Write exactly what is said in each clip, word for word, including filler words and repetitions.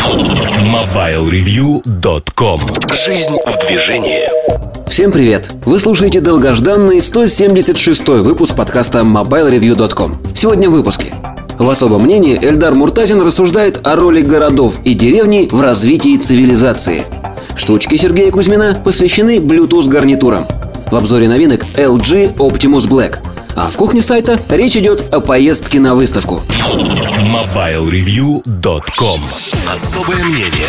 мобайл ревью точка ком. Жизнь в движении. Всем привет! Вы слушаете долгожданный сто семьдесят шестой выпуск подкаста мобайл ревью точка ком. Сегодня в выпуске. В особом мнении Эльдар Муртазин рассуждает о роли городов и деревни в развитии цивилизации. Штучки Сергея Кузьмина посвящены Bluetooth-гарнитурам. В обзоре новинок эл джи Optimus Black. А в кухне сайта речь идет о поездке на выставку. мобайл ревью точка ком. Особое мнение.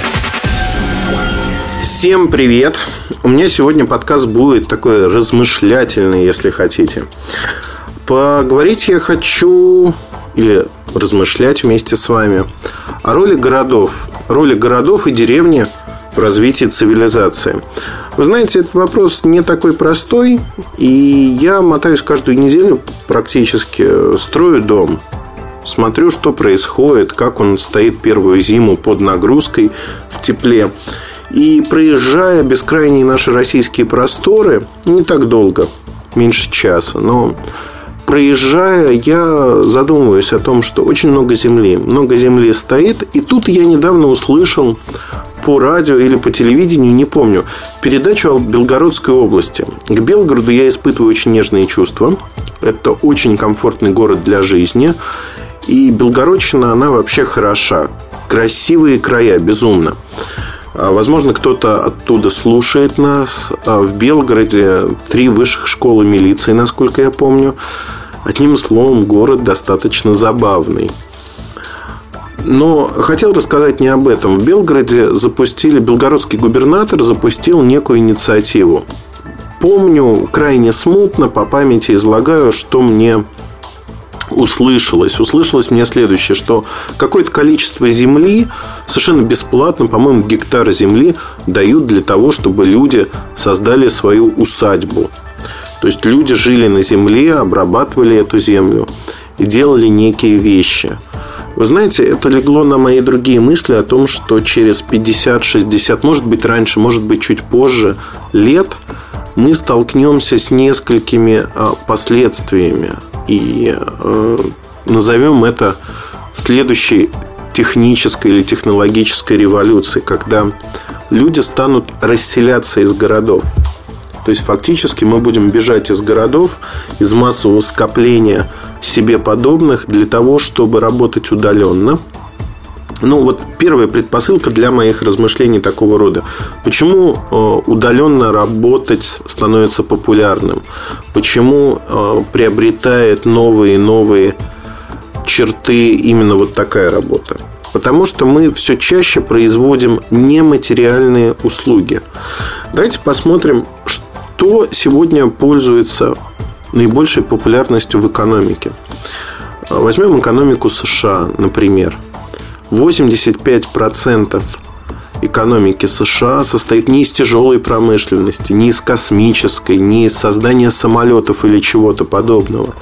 Всем привет! У меня сегодня подкаст будет такой размышлятельный, если хотите. Поговорить я хочу, или размышлять вместе с вами, о роли городов. Роли городов и деревни в развитии цивилизации. Вы знаете, этот вопрос не такой простой. И я мотаюсь каждую неделю практически, строю дом. Смотрю, что происходит, как он стоит первую зиму под нагрузкой в тепле. И проезжая бескрайние наши российские просторы, не так долго, меньше часа, но проезжая, я задумываюсь о том, что очень много земли, много земли стоит. И тут я недавно услышал по радио или по телевидению, не помню, передачу о Белгородской области. К Белгороду я испытываю очень нежные чувства. Это очень комфортный город для жизни. И Белгородчина, она вообще хороша. Красивые края, безумно. Возможно, кто-то оттуда слушает нас. В Белгороде три высших школы милиции, насколько я помню. Одним словом, город достаточно забавный. Но хотел рассказать не об этом. В Белгороде запустили, белгородский губернатор запустил некую инициативу. Помню крайне смутно, по памяти излагаю, что мне услышалось. Услышалось мне следующее, что какое-то количество земли совершенно бесплатно, по-моему, гектар земли дают для того, чтобы люди создали свою усадьбу. То есть люди жили на земле, обрабатывали эту землю и делали некие вещи. Вы знаете, это легло на мои другие мысли о том, что через пятьдесят-шестьдесят, может быть раньше, может быть чуть позже лет мы столкнемся с несколькими последствиями. И э, назовем это следующей технической или технологической революцией, когда люди станут расселяться из городов. То есть фактически мы будем бежать из городов, из массового скопления себе подобных для того, чтобы работать удаленно. Ну, вот первая предпосылка для моих размышлений такого рода. Почему э, удаленно работать становится популярным? Почему э, приобретает новые и новые черты именно вот такая работа? Потому что мы все чаще производим нематериальные услуги. Давайте посмотрим, что сегодня пользуется наибольшей популярностью в экономике. Возьмем экономику США, например. восемьдесят пять процентов экономики США состоит не из тяжелой промышленности, не из космической, не из создания самолетов или чего-то подобного.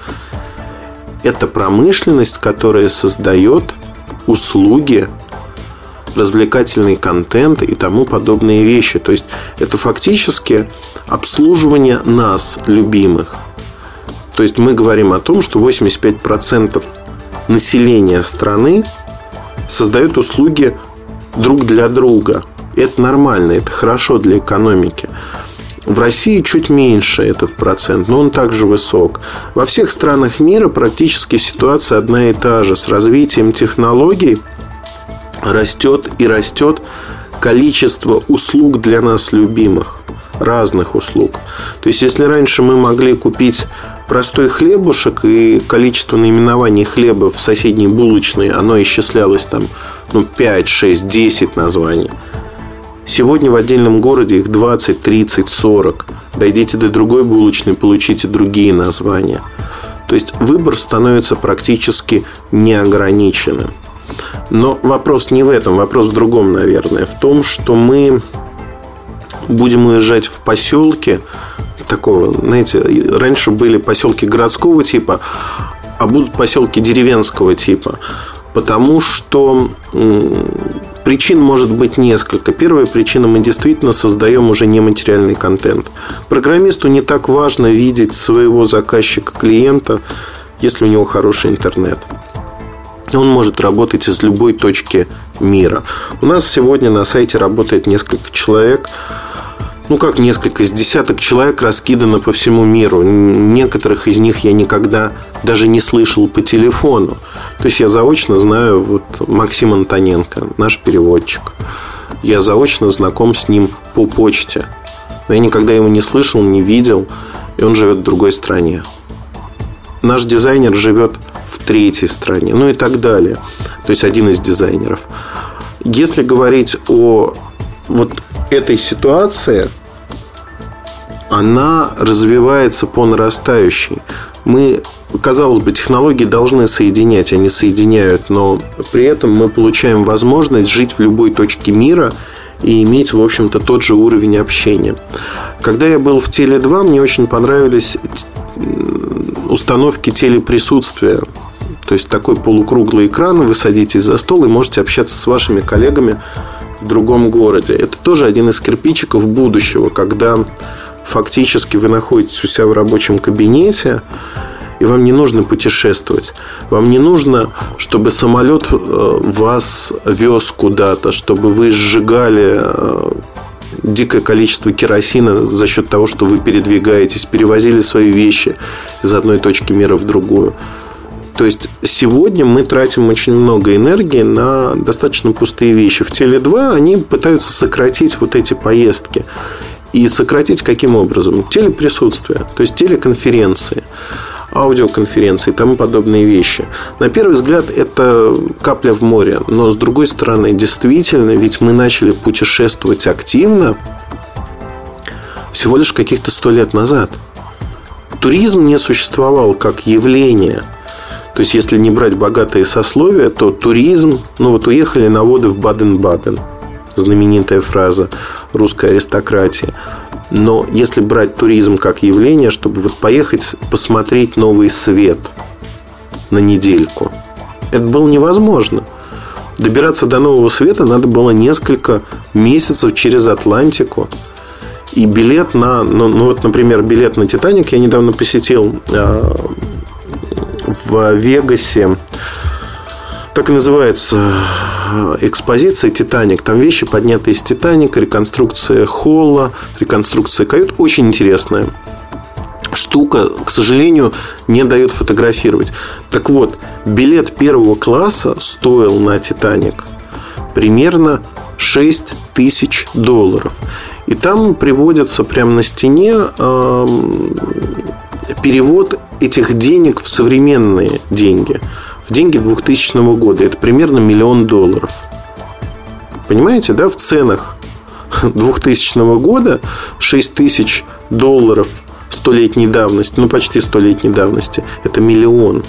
Это промышленность, которая создает услуги, развлекательный контент и тому подобные вещи. То есть это фактически обслуживание нас, любимых. То есть мы говорим о том, что восемьдесят пять процентов населения страны создают услуги друг для друга. Это нормально, это хорошо для экономики. В России чуть меньше этот процент, но он также высок. Во всех странах мира практически ситуация одна и та же. С развитием технологий растет и растет количество услуг для нас любимых. Разных услуг. То есть, если раньше мы могли купить простой хлебушек, и количество наименований хлеба в соседней булочной, оно исчислялось там, ну, пять, шесть, десять названий. Сегодня в отдельном городе их двадцать, тридцать, сорок. Дойдите до другой булочной, получите другие названия. То есть выбор становится практически неограниченным. Но вопрос не в этом, вопрос в другом, наверное. В том, что мы будем уезжать в поселки такого, знаете, раньше были поселки городского типа, а будут поселки деревенского типа. Потому что м- причин может быть несколько. Первая причина: мы действительно создаем уже нематериальный контент. Программисту не так важно видеть своего заказчика, клиента, если у него хороший интернет. Он может работать из любой точки мира. У нас сегодня на сайте работает несколько человек. Ну, как несколько, из десяток человек раскидано по всему миру. Некоторых из них я никогда даже не слышал по телефону. То есть, я заочно знаю вот Максим Антоненко, наш переводчик. Я заочно знаком с ним по почте. Но я никогда его не слышал, не видел. И он живет в другой стране. Наш дизайнер живет в третьей стране. Ну и так далее. То есть, один из дизайнеров. Если говорить о вот этой ситуации, она развивается по нарастающей. Мы, казалось бы, технологии должны соединять, они соединяют, но при этом мы получаем возможность жить в любой точке мира и иметь, в общем-то, тот же уровень общения. Когда я был в Теле два, мне очень понравились установки телеприсутствия. То есть, такой полукруглый экран, вы садитесь за стол и можете общаться с вашими коллегами в другом городе. Это тоже один из кирпичиков будущего, когда фактически вы находитесь у себя в рабочем кабинете, и вам не нужно путешествовать. Вам не нужно, чтобы самолет вас вез куда-то, чтобы вы сжигали дикое количество керосина за счет того, что вы передвигаетесь, перевозили свои вещи из одной точки мира в другую. То есть, сегодня мы тратим очень много энергии на достаточно пустые вещи. В Теле два они пытаются сократить вот эти поездки. И сократить каким образом? Телеприсутствие, то есть телеконференции, аудиоконференции и тому подобные вещи. На первый взгляд, это капля в море. Но, с другой стороны, действительно, ведь мы начали путешествовать активно всего лишь каких-то сто лет назад. Туризм не существовал как явление. То есть, если не брать богатые сословия, то туризм... Ну, вот уехали на воды в Баден-Баден. Знаменитая фраза русской аристократии. Но если брать туризм как явление, чтобы вот поехать посмотреть новый свет на недельку, это было невозможно. Добираться до нового света надо было несколько месяцев через Атлантику. И билет на... Ну, ну вот, например, билет на «Титаник» я недавно посетил э, в Вегасе. Так и называется экспозиция «Титаник». Там вещи, поднятые из «Титаника», реконструкция холла, реконструкция кают. Очень интересная штука. К сожалению, не дает фотографировать. Так вот, билет первого класса стоил на «Титаник» примерно шесть тысяч долларов. И там приводится прямо на стене э, перевод этих денег в современные деньги. Деньги двухтысячного года. Это примерно миллион долларов. Понимаете, да? В ценах двухтысячного года шесть тысяч долларов столетней давности, ну почти столетней давности, это миллион.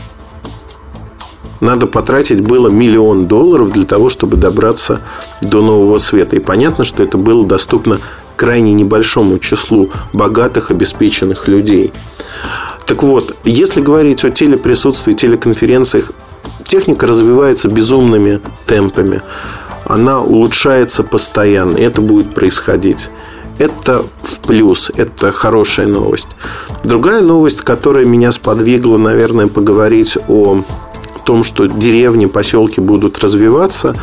Надо потратить было миллион долларов для того, чтобы добраться до нового света. И понятно, что это было доступно крайне небольшому числу богатых, обеспеченных людей. Так вот, если говорить о телеприсутствии, телеконференциях, техника развивается безумными темпами. Она улучшается постоянно. И это будет происходить. Это в плюс. Это хорошая новость. Другая новость, которая меня сподвигла, наверное, поговорить о том, что деревни, поселки будут развиваться.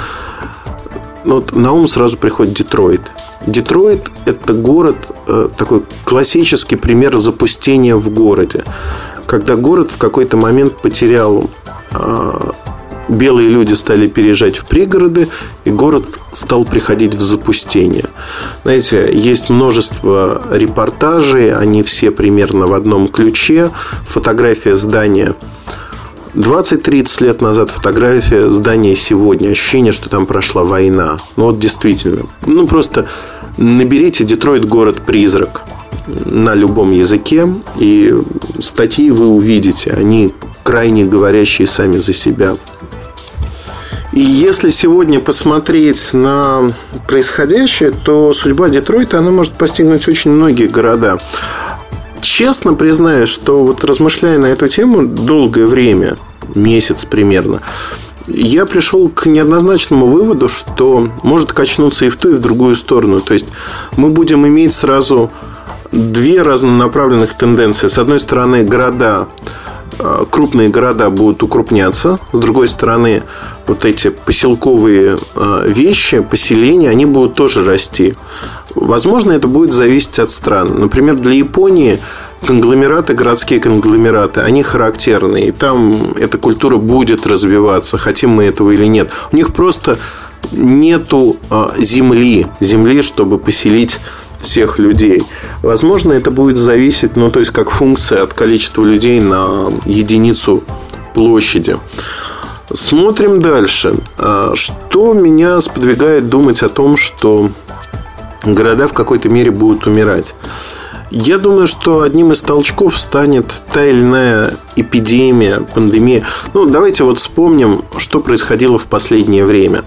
Вот на ум сразу приходит Детройт. Детройт – это город, такой классический пример запустения в городе. Когда город в какой-то момент потерял... Белые люди стали переезжать в пригороды, и город стал приходить в запустение. Знаете, есть множество репортажей, они все примерно в одном ключе. Фотография здания двадцать-тридцать лет назад, фотография здания сегодня. Ощущение, что там прошла война. Ну вот действительно. Ну просто наберите «Детройт. Город-призрак» на любом языке, и статьи вы увидите. Они крайне говорящие сами за себя. И если сегодня посмотреть на происходящее, то судьба Детройта, она может постигнуть очень многие города. Честно признаюсь, что вот размышляя на эту тему долгое время, месяц примерно, я пришел к неоднозначному выводу, что может качнуться и в ту, и в другую сторону. То есть мы будем иметь сразу две разнонаправленных тенденции. С одной стороны, города крупные города будут укрупняться. С другой стороны, вот эти поселковые вещи, поселения, они будут тоже расти. Возможно, это будет зависеть от стран. Например, для Японии конгломераты, городские конгломераты, они характерны. И там эта культура будет развиваться, хотим мы этого или нет. У них просто нету земли, земли, чтобы поселить всех людей. Возможно, это будет зависеть, ну, то есть, как функция от количества людей на единицу площади. Смотрим дальше. Что меня сподвигает думать о том, что города в какой-то мере будут умирать? Я думаю, что одним из толчков станет та или иная эпидемия, пандемия. Ну, давайте вот вспомним, что происходило в последнее время.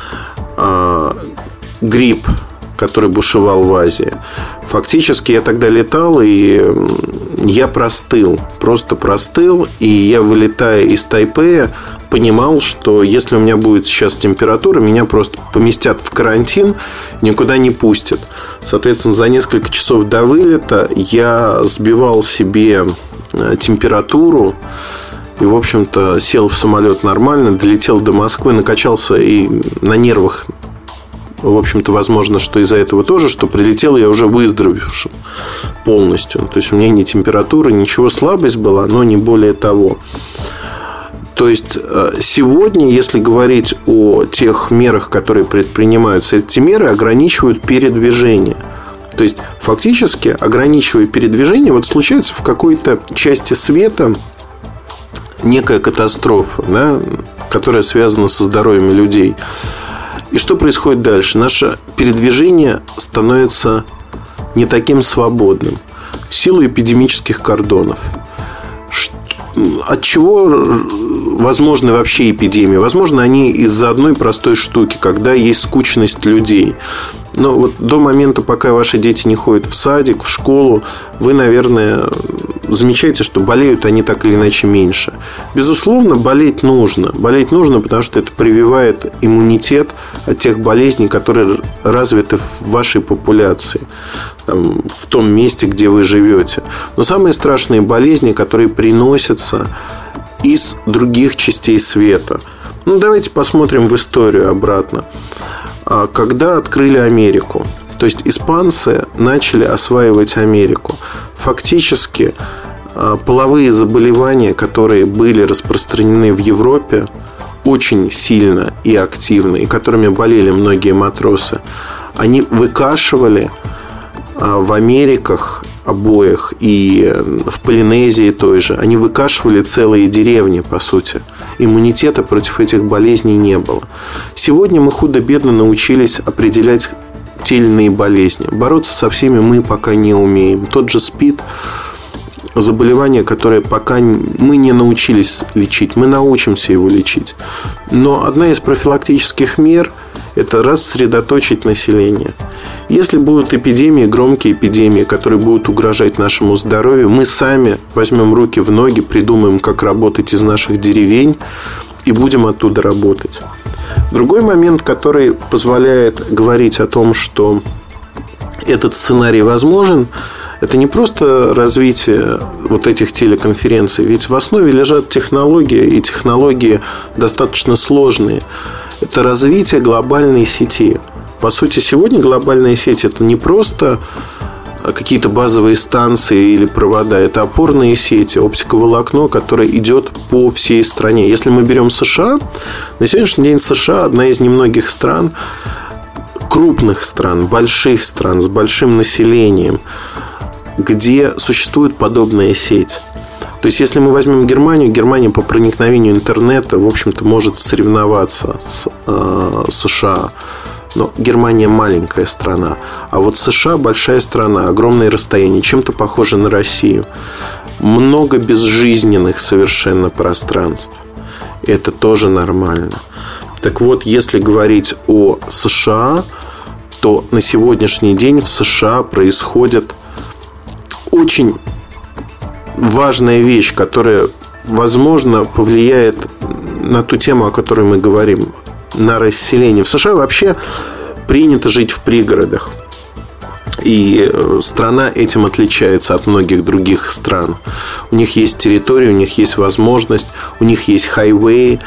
Грипп, который бушевал в Азии. Фактически я тогда летал, и я простыл. Просто простыл. И я, вылетая из Тайпэя, понимал, что если у меня будет сейчас температура, меня просто поместят в карантин, никуда не пустят. Соответственно, за несколько часов до вылета я сбивал себе температуру. И, в общем-то, сел в самолет нормально, долетел до Москвы, накачался и на нервах. В общем-то, возможно, что из-за этого тоже, что прилетел я уже выздоровевшим полностью. То есть, у меня ни температура, ничего, слабость была, но не более того. То есть, сегодня, если говорить о тех мерах, которые предпринимаются, эти меры ограничивают передвижение. То есть, фактически, ограничивая передвижение, вот случается в какой-то части света некая катастрофа, да, которая связана со здоровьем людей. И что происходит дальше? Наше передвижение становится не таким свободным в силу эпидемических кордонов. От чего возможны вообще эпидемии? Возможно, они из-за одной простой штуки, когда есть скучность людей. Но вот до момента, пока ваши дети не ходят в садик, в школу, вы, наверное, замечаете, что болеют они так или иначе меньше. Безусловно, болеть нужно. Болеть нужно, потому что это прививает иммунитет от тех болезней, которые развиты в вашей популяции, там, в том месте, где вы живете. Но самые страшные болезни, которые приносятся из других частей света. Ну, давайте посмотрим в историю обратно. Когда открыли Америку, то есть испанцы начали осваивать Америку, фактически половые заболевания, которые были распространены в Европе очень сильно и активно, и которыми болели многие матросы, они выкашивали в Америках обоих и в Полинезии той же, они выкашивали целые деревни, по сути. Иммунитета против этих болезней не было. Сегодня мы худо-бедно научились определять те или иные болезни. Бороться со всеми мы пока не умеем. Тот же СПИД – заболевание, которое пока мы не научились лечить. Мы научимся его лечить. Но одна из профилактических мер – это рассредоточить население. Если будут эпидемии, громкие эпидемии, которые будут угрожать нашему здоровью, мы сами возьмем руки в ноги, придумаем, как работать из наших деревень и будем оттуда работать. Другой момент, который позволяет говорить о том, что этот сценарий возможен, это не просто развитие вот этих телеконференций, ведь в основе лежат технологии, и технологии достаточно сложные. Это развитие глобальной сети. По сути, сегодня глобальная сеть – это не просто какие-то базовые станции или провода, это опорные сети, оптиковолокно, которое идет по всей стране. Если мы берем США, на сегодняшний день США – одна из немногих стран, крупных стран, больших стран с большим населением, где существует подобная сеть. То есть, если мы возьмем Германию, Германия по проникновению интернета, в общем-то, может соревноваться с э, США. Но Германия маленькая страна. А вот США большая страна, огромные расстояния, чем-то похоже на Россию. Много безжизненных совершенно пространств. Это тоже нормально. Так вот, если говорить о США, то на сегодняшний день в США происходит очень важная вещь, которая, возможно, повлияет на ту тему, о которой мы говорим, на расселение. В США вообще принято жить в пригородах. И страна этим отличается от многих других стран. У них есть территория, у них есть возможность, у них есть хайвей.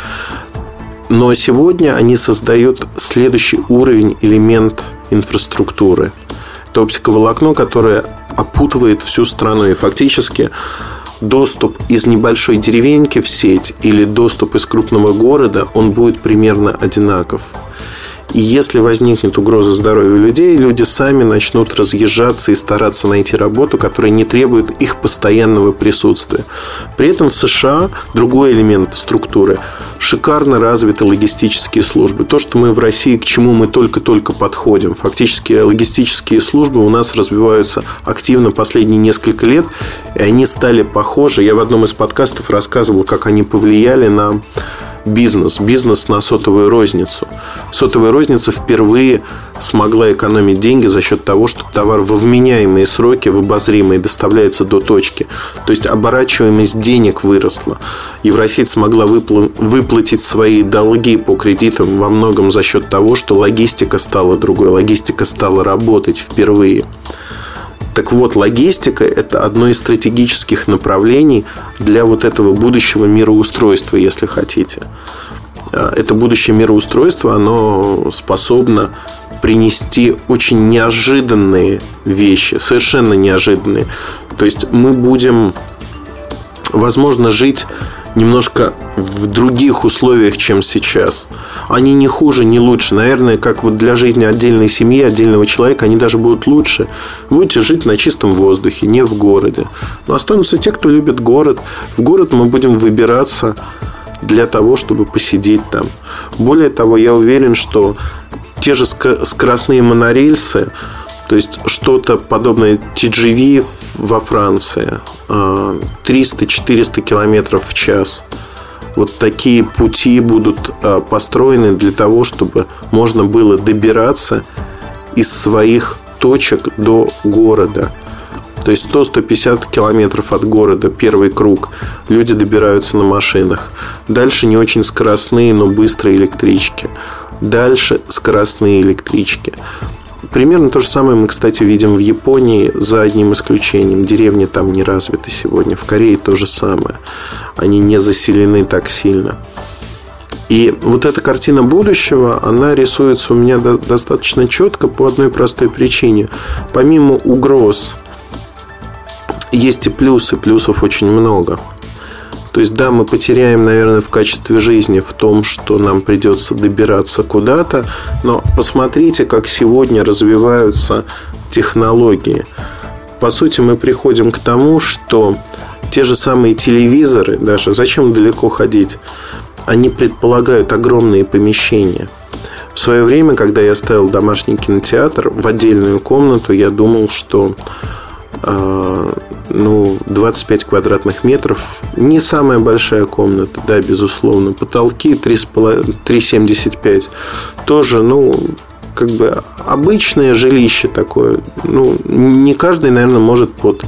Но сегодня они создают следующий уровень, элемент инфраструктуры. Это оптиковолокно, которое опутывает всю страну. И фактически доступ из небольшой деревеньки в сеть или доступ из крупного города, он будет примерно одинаков. И если возникнет угроза здоровью людей, люди сами начнут разъезжаться и стараться найти работу, которая не требует их постоянного присутствия. При этом в США другой элемент структуры – шикарно развиты логистические службы. То, что мы в России, к чему мы только-только подходим. Фактически логистические службы у нас развиваются активно последние несколько лет, и они стали похожи. Я в одном из подкастов рассказывал, как они повлияли на бизнес, бизнес на сотовую розницу. Сотовая розница впервые смогла экономить деньги за счет того, что товар во вменяемые сроки, в обозримые, доставляется до точки. То есть оборачиваемость денег выросла. Евросеть смогла выпл- выплатить свои долги по кредитам во многом за счет того, что логистика стала другой, логистика стала работать впервые. Так вот, логистика – это одно из стратегических направлений для вот этого будущего мироустройства, если хотите. Это будущее мироустройство, оно способно принести очень неожиданные вещи, совершенно неожиданные. То есть мы будем, возможно, жить немножко в других условиях, чем сейчас. Они не хуже, не лучше. Наверное, как вот для жизни отдельной семьи, отдельного человека, они даже будут лучше. Будете жить на чистом воздухе, не в городе. Но останутся те, кто любит город. В город мы будем выбираться для того, чтобы посидеть там. Более того, я уверен, что те же скоростные монорельсы, то есть что-то подобное ти джи ви во Франции, триста-четыреста километров в час. Вот такие пути будут построены для того, чтобы можно было добираться из своих точек до города. То есть сто-сто пятьдесят километров от города, первый круг, люди добираются на машинах. Дальше не очень скоростные, но быстрые электрички. Дальше скоростные электрички. Примерно то же самое мы, кстати, видим в Японии, за одним исключением. Деревни там не развиты сегодня. В Корее то же самое. Они не заселены так сильно. И вот эта картина будущего, она рисуется у меня достаточно четко по одной простой причине. Помимо угроз, есть и плюсы. Плюсов очень много. То есть, да, мы потеряем, наверное, в качестве жизни в том, что нам придется добираться куда-то. Но посмотрите, как сегодня развиваются технологии. По сути, мы приходим к тому, что те же самые телевизоры, даже зачем далеко ходить, они предполагают огромные помещения. В свое время, когда я ставил домашний кинотеатр в отдельную комнату, я думал, что ну, двадцать пять квадратных метров не самая большая комната, да, безусловно. Потолки три целых семьдесят пять сотых. Тоже, ну, как бы обычное жилище такое. Ну, не каждый, наверное, может под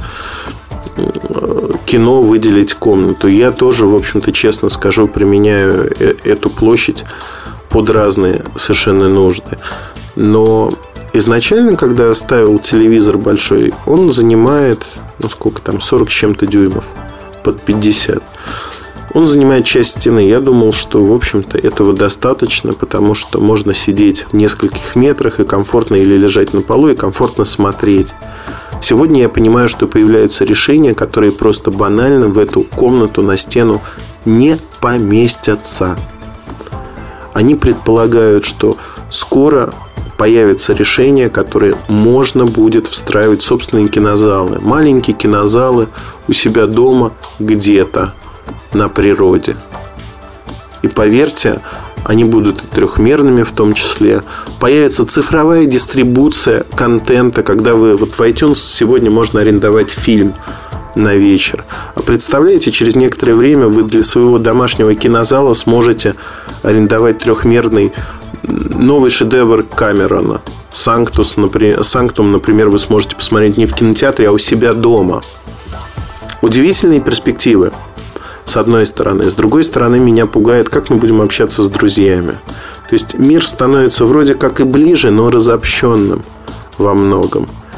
кино выделить комнату. Я тоже, в общем-то, честно скажу, применяю эту площадь под разные совершенно нужды. Но изначально, когда я ставил телевизор большой, он занимает, ну сколько там, сорок с чем-то дюймов, под пятьдесят. Он занимает часть стены. Я думал, что, в общем-то, этого достаточно, потому что можно сидеть в нескольких метрах и комфортно, или лежать на полу и комфортно смотреть. Сегодня я понимаю, что появляются решения, которые просто банально в эту комнату на стену не поместятся. Они предполагают, что скоро появятся решения, которые можно будет встраивать в собственные кинозалы. Маленькие кинозалы у себя дома где-то на природе. И поверьте, они будут и трехмерными в том числе. Появится цифровая дистрибуция контента, когда вы вот в iTunes сегодня можно арендовать фильм на вечер. А представляете, через некоторое время вы для своего домашнего кинозала сможете арендовать трехмерный новый шедевр Камерона. Санктус, например, Санктум, например, вы сможете посмотреть не в кинотеатре, а у себя дома. Удивительные перспективы, с одной стороны. С другой стороны, меня пугает, как мы будем общаться с друзьями. То есть мир становится вроде как и ближе, но разобщенным во многом.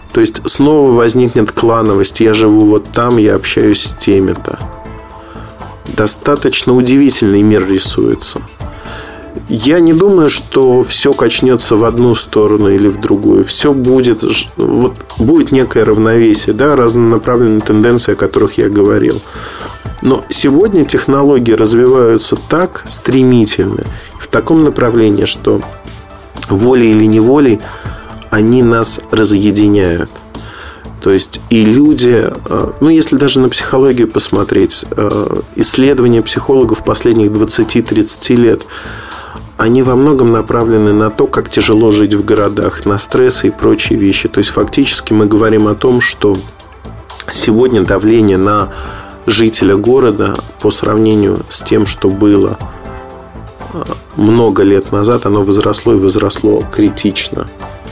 То есть снова возникнет клановость. Я живу вот там, я общаюсь с теми-то. Достаточно удивительный мир рисуется. Я не думаю, что все качнется в одну сторону или в другую. Все будет, вот, будет некое равновесие, да, разнонаправленные тенденции, о которых я говорил. Но сегодня технологии развиваются так стремительно, в таком направлении, что волей или неволей они нас разъединяют. То есть и люди, ну если даже на психологию посмотреть, исследования психологов последних двадцать-тридцать лет, они во многом направлены на то, как тяжело жить в городах, на стрессы и прочие вещи. То есть фактически мы говорим о том, что сегодня давление на жителя города по сравнению с тем, что было много лет назад, оно возросло и возросло критично.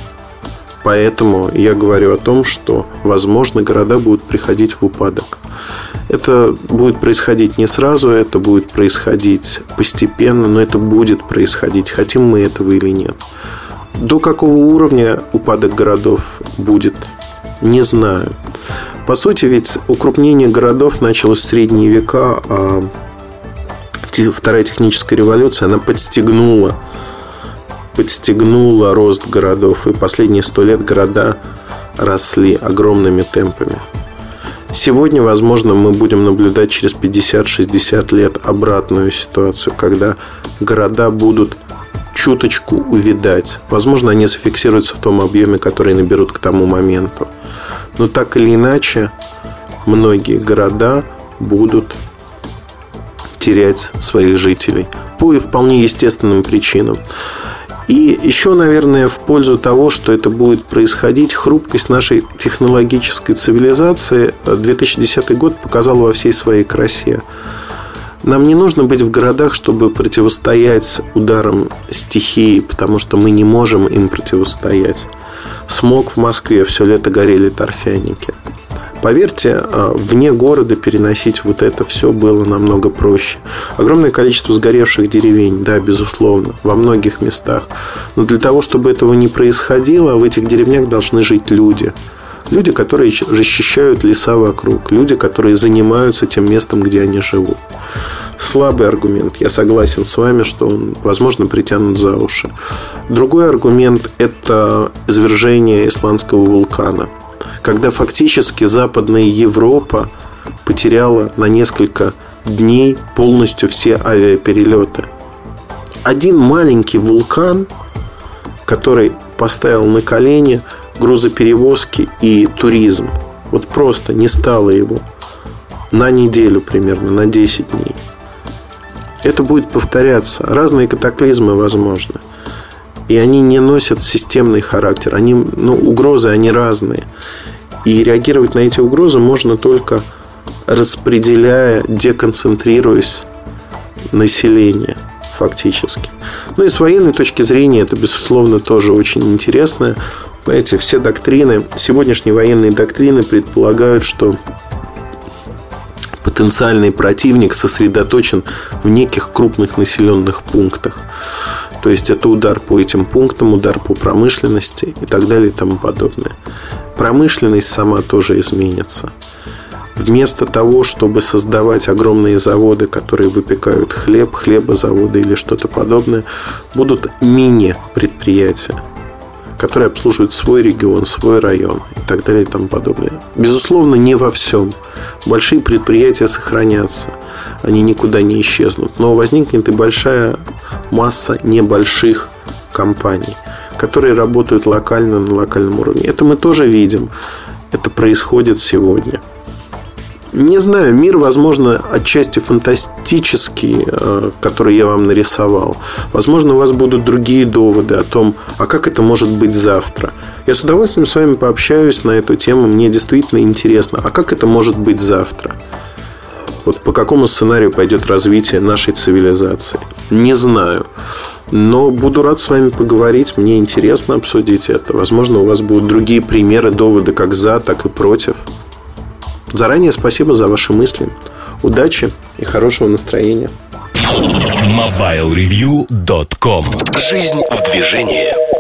Поэтому я говорю о том, что, возможно, города будут приходить в упадок. Это будет происходить не сразу, это будет происходить постепенно, но это будет происходить, хотим мы этого или нет. До какого уровня упадок городов будет, не знаю. По сути, ведь укрупнение городов началось в средние века, а Вторая техническая революция, она подстегнула подстегнула рост городов. И последние сто лет города росли огромными темпами. Сегодня, возможно, мы будем наблюдать через пятьдесят-шестьдесят лет обратную ситуацию, когда города будут чуточку увядать. Возможно, они зафиксируются в том объеме, который наберут к тому моменту. Но так или иначе, многие города будут терять своих жителей по вполне естественным причинам. И еще, наверное, в пользу того, что это будет происходить, хрупкость нашей технологической цивилизации две тысячи десятый год показал во всей своей красе. Нам не нужно быть в городах, чтобы противостоять ударам стихии, потому что мы не можем им противостоять. Смог в Москве, все лето горели торфяники. Поверьте, вне города переносить вот это все было намного проще. Огромное количество сгоревших деревень, да, безусловно, во многих местах. Но для того, чтобы этого не происходило, в этих деревнях должны жить люди. Люди, которые защищают леса вокруг. Люди, которые занимаются тем местом, где они живут. Слабый аргумент. Я согласен с вами, что он, возможно, притянут за уши. Другой аргумент – это извержение исландского вулкана. Когда фактически Западная Европа потеряла на несколько дней полностью все авиаперелеты. Один маленький вулкан, который поставил на колени грузоперевозки и туризм. Вот просто не стало его на неделю примерно, на десять дней. Это будет повторяться. Разные катаклизмы возможны. И они не носят системный характер. Они, ну, угрозы, они разные. И реагировать на эти угрозы можно только распределяя, деконцентрируясь население фактически. Ну и с военной точки зрения это, безусловно, тоже очень интересно. Знаете, все доктрины, сегодняшние военные доктрины предполагают, что потенциальный противник сосредоточен в неких крупных населенных пунктах. То есть это удар по этим пунктам, удар по промышленности и так далее и тому подобное. Промышленность сама тоже изменится. Вместо того, чтобы создавать огромные заводы, которые выпекают хлеб, хлебозаводы или что-то подобное, будут мини-предприятия, которые обслуживают свой регион, свой район и так далее и тому подобное. Безусловно, не во всем. Большие предприятия сохранятся, они никуда не исчезнут. Но возникнет и большая масса небольших компаний, которые работают локально, на локальном уровне. Это мы тоже видим. Это происходит сегодня. Не знаю, мир, возможно, отчасти фантастический, который я вам нарисовал. Возможно, у вас будут другие доводы о том, а как это может быть завтра. Я с удовольствием с вами пообщаюсь на эту тему. Мне действительно интересно, а как это может быть завтра? Вот по какому сценарию пойдет развитие нашей цивилизации? Не знаю. Но буду рад с вами поговорить. Мне интересно обсудить это. Возможно, у вас будут другие примеры, доводы как за, так и против. Заранее спасибо за ваши мысли. Удачи и хорошего настроения. мобайл ревью точка ком. Жизнь в движении.